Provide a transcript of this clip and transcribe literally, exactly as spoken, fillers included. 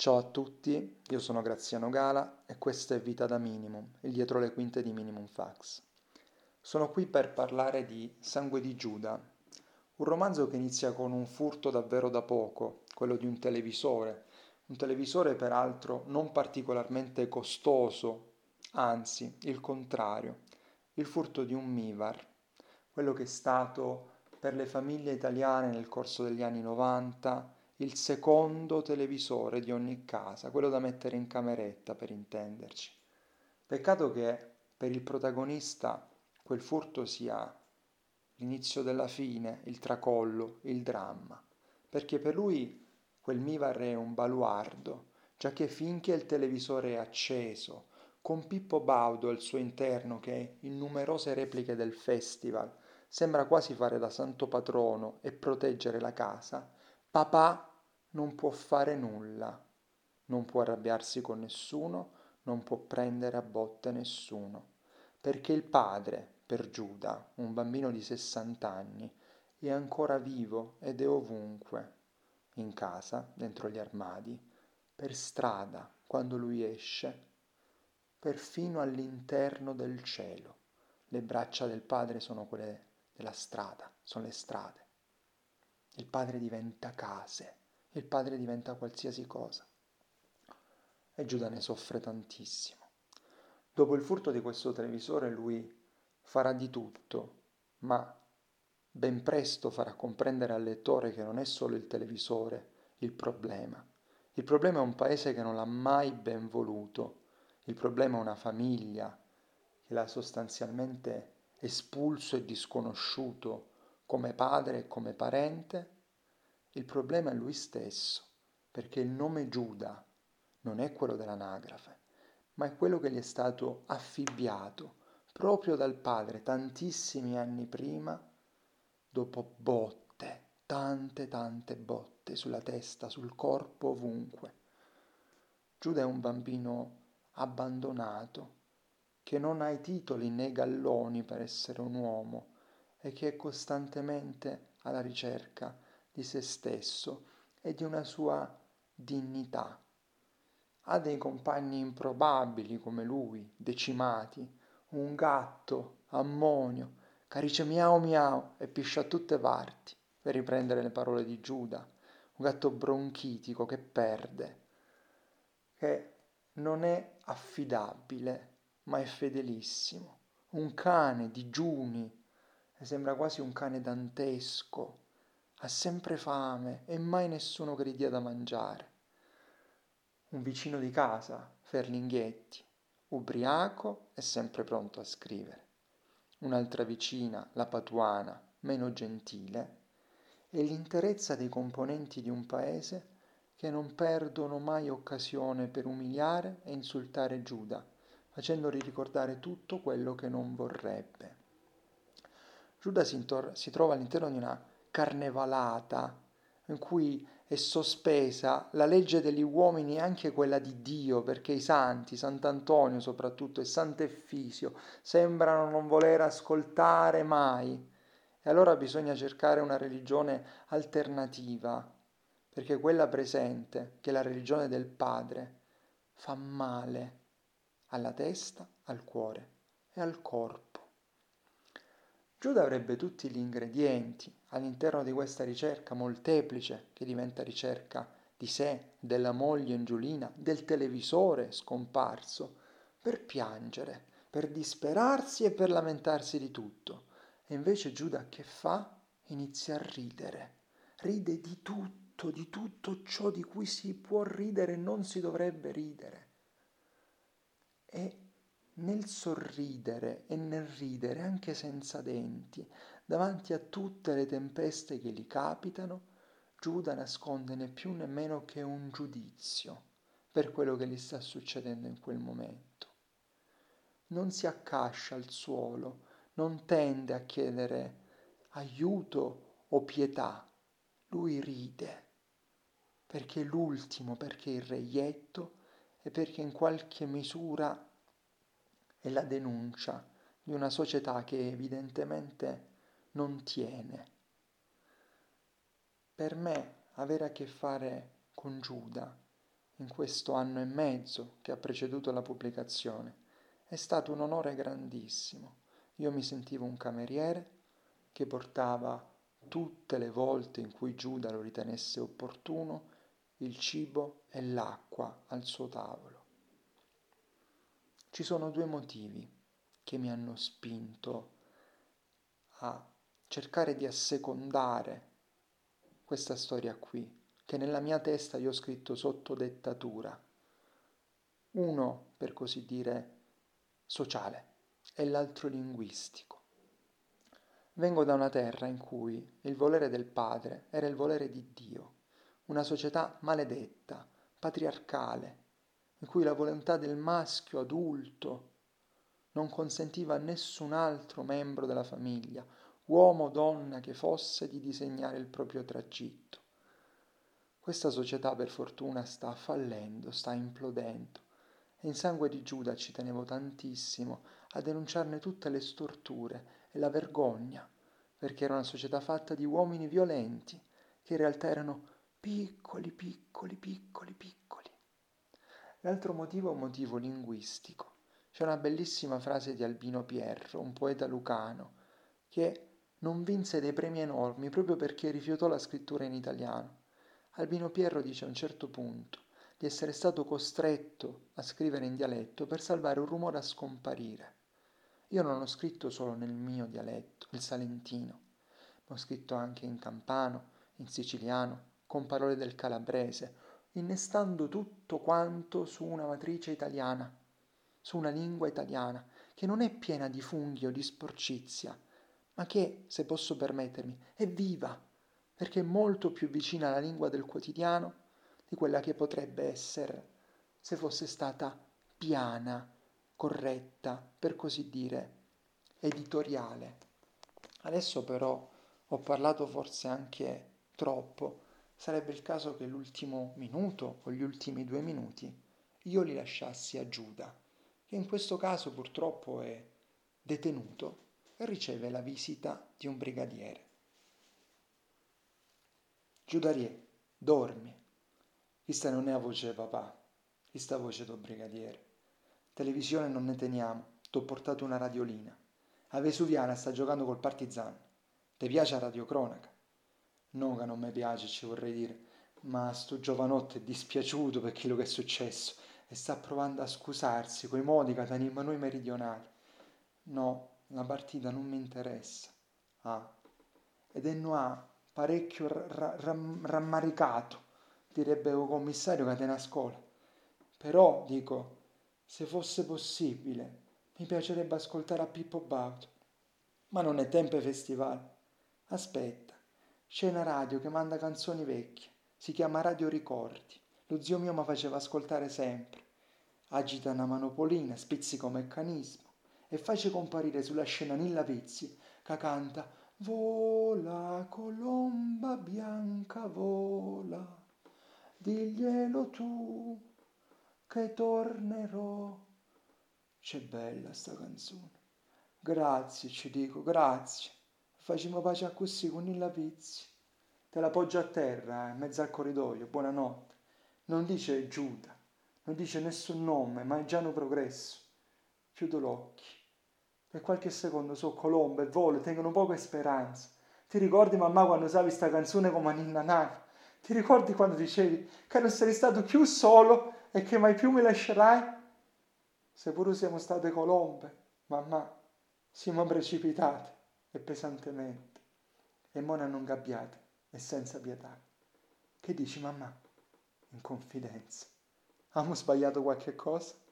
Ciao a tutti, io sono Graziano Gala e questa è Vita da Minimum, il dietro le quinte di Minimum Fax. Sono qui per parlare di Sangue di Giuda, un romanzo che inizia con un furto davvero da poco, quello di un televisore, un televisore peraltro non particolarmente costoso, anzi, il contrario, il furto di un Mivar, quello che è stato per le famiglie italiane nel corso degli anni novanta il secondo televisore di ogni casa, quello da mettere in cameretta per intenderci. Peccato che per il protagonista quel furto sia l'inizio della fine, il tracollo, il dramma, perché per lui quel Mivar è un baluardo, già che finché il televisore è acceso, con Pippo Baudo al suo interno che in numerose repliche del festival sembra quasi fare da santo patrono e proteggere la casa, papà non può fare nulla, non può arrabbiarsi con nessuno, non può prendere a botte nessuno, perché il padre, per Giuda, un bambino di sessanta anni, è ancora vivo ed è ovunque, in casa, dentro gli armadi, per strada, quando lui esce, perfino all'interno del cielo. Le braccia del padre sono quelle della strada, sono le strade. Il padre diventa case, il padre diventa qualsiasi cosa. E Giuda ne soffre tantissimo. Dopo il furto di questo televisore lui farà di tutto, ma ben presto farà comprendere al lettore che non è solo il televisore il problema. Il problema è un paese che non l'ha mai ben voluto. Il problema è una famiglia che l'ha sostanzialmente espulso e disconosciuto come padre e come parente. Il problema è lui stesso, perché il nome Giuda non è quello dell'anagrafe, ma è quello che gli è stato affibbiato proprio dal padre tantissimi anni prima, dopo botte, tante tante botte sulla testa, sul corpo, ovunque. Giuda è un bambino abbandonato, che non ha i titoli né i galloni per essere un uomo e che è costantemente alla ricerca di se stesso e di una sua dignità. Ha dei compagni improbabili come lui, decimati, un gatto, Ammonio, che dice miau miau e piscia a tutte parti, per riprendere le parole di Giuda, un gatto bronchitico che perde, che non è affidabile, ma è fedelissimo, un cane digiuni, e sembra quasi un cane dantesco, ha sempre fame e mai nessuno che gli dia da mangiare. Un vicino di casa, Ferlinghetti, ubriaco e sempre pronto a scrivere. Un'altra vicina, la Patuana, meno gentile, e l'interezza dei componenti di un paese che non perdono mai occasione per umiliare e insultare Giuda, facendogli ricordare tutto quello che non vorrebbe. Giuda si, intor- si trova all'interno di una carnevalata in cui è sospesa la legge degli uomini e anche quella di Dio, perché i santi, Sant'Antonio soprattutto e Sant'Effisio, sembrano non voler ascoltare mai. E allora bisogna cercare una religione alternativa, perché quella presente, che è la religione del Padre, fa male alla testa, al cuore e al corpo. Giuda avrebbe tutti gli ingredienti all'interno di questa ricerca molteplice, che diventa ricerca di sé, della moglie Angiolina, del televisore scomparso, per piangere, per disperarsi e per lamentarsi di tutto. E invece Giuda che fa? Inizia a ridere. Ride di tutto, di tutto ciò di cui si può ridere e non si dovrebbe ridere. E nel sorridere e nel ridere anche senza denti, davanti a tutte le tempeste che gli capitano, Giuda nasconde né più né meno che un giudizio per quello che gli sta succedendo in quel momento. Non si accascia al suolo, non tende a chiedere aiuto o pietà, lui ride, perché è l'ultimo, perché è il reietto e perché in qualche misura è la denuncia di una società che evidentemente non tiene. Per me avere a che fare con Giuda in questo anno e mezzo che ha preceduto la pubblicazione. È stato un onore grandissimo. Io mi sentivo un cameriere che portava tutte le volte in cui Giuda lo ritenesse opportuno il cibo e l'acqua al suo tavolo. Ci sono due motivi che mi hanno spinto a cercare di assecondare questa storia qui, che nella mia testa io ho scritto sotto dettatura. Uno, per così dire, sociale e l'altro linguistico. Vengo da una terra in cui il volere del padre era il volere di Dio, una società maledetta, patriarcale, in cui la volontà del maschio adulto non consentiva a nessun altro membro della famiglia, uomo o donna che fosse, di disegnare il proprio tragitto. Questa società per fortuna sta fallendo, sta implodendo, e in Sangue di Giuda ci tenevo tantissimo a denunciarne tutte le storture e la vergogna, perché era una società fatta di uomini violenti, che in realtà erano piccoli, piccoli, piccoli, piccoli. L'altro motivo è un motivo linguistico. C'è una bellissima frase di Albino Pierro, un poeta lucano, che non vinse dei premi enormi proprio perché rifiutò la scrittura in italiano. Albino Pierro dice a un certo punto di essere stato costretto a scrivere in dialetto per salvare un rumore a scomparire. Io non ho scritto solo nel mio dialetto, il salentino, ma ho scritto anche in campano, in siciliano, con parole del calabrese, innestando tutto quanto su una matrice italiana, su una lingua italiana, che non è piena di funghi o di sporcizia, ma che, se posso permettermi, è viva, perché è molto più vicina alla lingua del quotidiano di quella che potrebbe essere se fosse stata piana, corretta, per così dire, editoriale. Adesso però ho parlato forse anche troppo, sarebbe il caso che l'ultimo minuto o gli ultimi due minuti io li lasciassi a Giuda, che in questo caso purtroppo è detenuto e riceve la visita di un brigadiere. Giudarie, dormi. Questa non è la voce di papà, questa è la voce del brigadiere. Televisione non ne teniamo, t'ho portato una radiolina. A Vesuviana sta giocando col Partizan. Ti piace la radiocronaca? No, che non mi piace, ci vorrei dire, ma sto giovanotto è dispiaciuto per quello che è successo e sta provando a scusarsi coi modi che teniamo noi meridionali. No, la partita non mi interessa. Ah, ed è no ha parecchio ra- ra- rammaricato, direbbe il commissario che tiene a scuola. Però, dico, se fosse possibile, mi piacerebbe ascoltare a Pippo Baudo. Ma non è tempo ai festival. Aspetta, c'è una radio che manda canzoni vecchie, si chiama Radio Ricordi. Lo zio mio mi faceva ascoltare sempre. Agita una manopolina, spizzica un meccanismo e face comparire sulla scena Nilla Pizzi che canta Vola colomba bianca vola, diglielo tu che tornerò. C'è bella sta canzone. Grazie, ci dico, grazie. Facciamo pace a così con Nilla Pizzi. Te la poggio a terra, eh, in mezzo al corridoio, buonanotte. Non dice Giuda, non dice nessun nome, ma è già un progresso. Chiudo l'occhio. Per qualche secondo so colombe e volo, tengono poche speranze. Ti ricordi mamma quando usavi sta canzone come Ninna Nana? Ti ricordi quando dicevi che non sei stato più solo e che mai più mi lascerai? Seppure siamo state colombe, mamma, siamo precipitate e pesantemente, e mo ne hanno ingabbiate e senza pietà. Che dici, mamma? In confidenza. Abbiamo sbagliato qualche cosa?